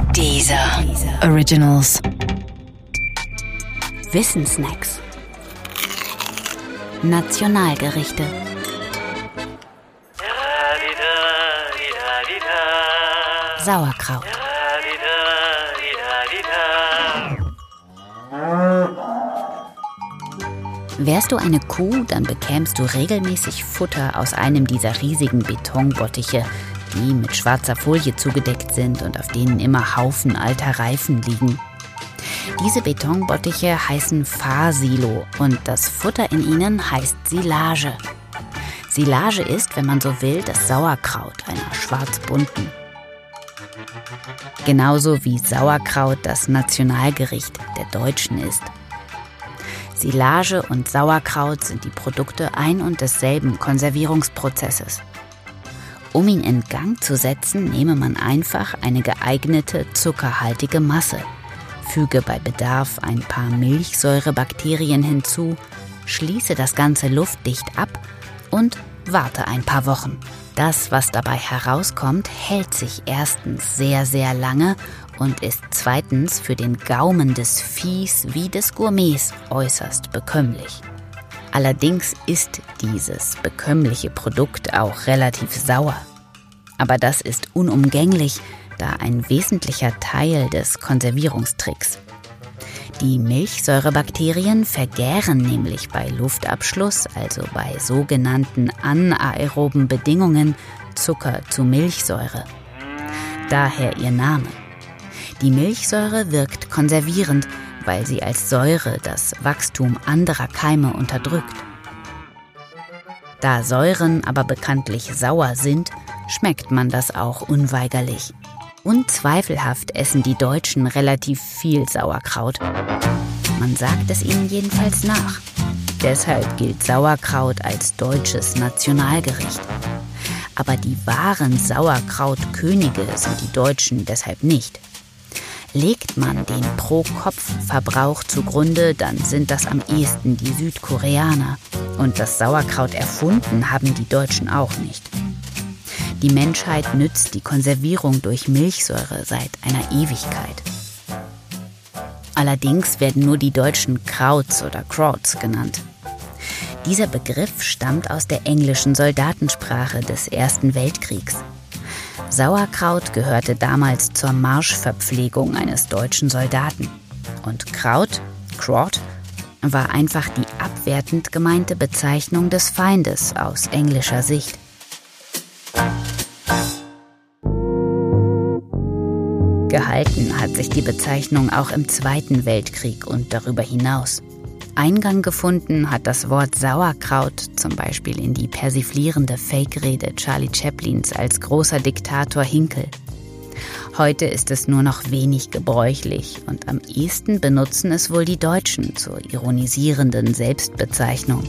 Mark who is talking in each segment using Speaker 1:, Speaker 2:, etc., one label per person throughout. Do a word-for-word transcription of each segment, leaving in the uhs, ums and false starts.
Speaker 1: Deezer Originals.
Speaker 2: Wissensnacks. Nationalgerichte. Sauerkraut. Wärst du eine Kuh, dann bekämst du regelmäßig Futter aus einem dieser riesigen Betonbottiche, die mit schwarzer Folie zugedeckt sind und auf denen immer Haufen alter Reifen liegen. Diese Betonbottiche heißen Fahrsilo und das Futter in ihnen heißt Silage. Silage ist, wenn man so will, das Sauerkraut einer schwarz-bunten. Genauso wie Sauerkraut das Nationalgericht der Deutschen ist. Silage und Sauerkraut sind die Produkte ein und desselben Konservierungsprozesses. Um ihn in Gang zu setzen, nehme man einfach eine geeignete zuckerhaltige Masse, füge bei Bedarf ein paar Milchsäurebakterien hinzu, schließe das Ganze luftdicht ab und warte ein paar Wochen. Das, was dabei herauskommt, hält sich erstens sehr, sehr lange und ist zweitens für den Gaumen des Viehs wie des Gourmets äußerst bekömmlich. Allerdings ist dieses bekömmliche Produkt auch relativ sauer. Aber das ist unumgänglich, da ein wesentlicher Teil des Konservierungstricks. Die Milchsäurebakterien vergären nämlich bei Luftabschluss, also bei sogenannten anaeroben Bedingungen, Zucker zu Milchsäure. Daher ihr Name. Die Milchsäure wirkt konservierend, weil sie als Säure das Wachstum anderer Keime unterdrückt. Da Säuren aber bekanntlich sauer sind, schmeckt man das auch unweigerlich. Unzweifelhaft essen die Deutschen relativ viel Sauerkraut. Man sagt es ihnen jedenfalls nach. Deshalb gilt Sauerkraut als deutsches Nationalgericht. Aber die wahren Sauerkrautkönige sind die Deutschen deshalb nicht. Legt man den Pro-Kopf-Verbrauch zugrunde, dann sind das am ehesten die Südkoreaner. Und das Sauerkraut erfunden haben die Deutschen auch nicht. Die Menschheit nützt die Konservierung durch Milchsäure seit einer Ewigkeit. Allerdings werden nur die Deutschen Krauts oder Krauts genannt. Dieser Begriff stammt aus der englischen Soldatensprache des Ersten Weltkriegs. Sauerkraut gehörte damals zur Marschverpflegung eines deutschen Soldaten. Und Kraut, Kraut, war einfach die abwertend gemeinte Bezeichnung des Feindes aus englischer Sicht. Gehalten hat sich die Bezeichnung auch im Zweiten Weltkrieg und darüber hinaus. Eingang gefunden hat das Wort Sauerkraut zum Beispiel in die persiflierende Fake-Rede Charlie Chaplins als großer Diktator Hinkel. Heute ist es nur noch wenig gebräuchlich und am ehesten benutzen es wohl die Deutschen zur ironisierenden Selbstbezeichnung.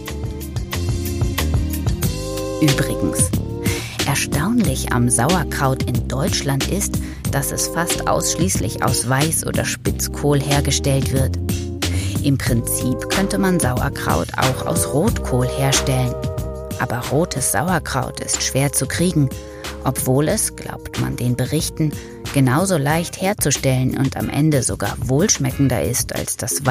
Speaker 2: Übrigens, erstaunlich am Sauerkraut in Deutschland ist, dass es fast ausschließlich aus Weiß- oder Spitzkohl hergestellt wird. Im Prinzip könnte man Sauerkraut auch aus Rotkohl herstellen. Aber rotes Sauerkraut ist schwer zu kriegen, obwohl es, glaubt man den Berichten, genauso leicht herzustellen und am Ende sogar wohlschmeckender ist als das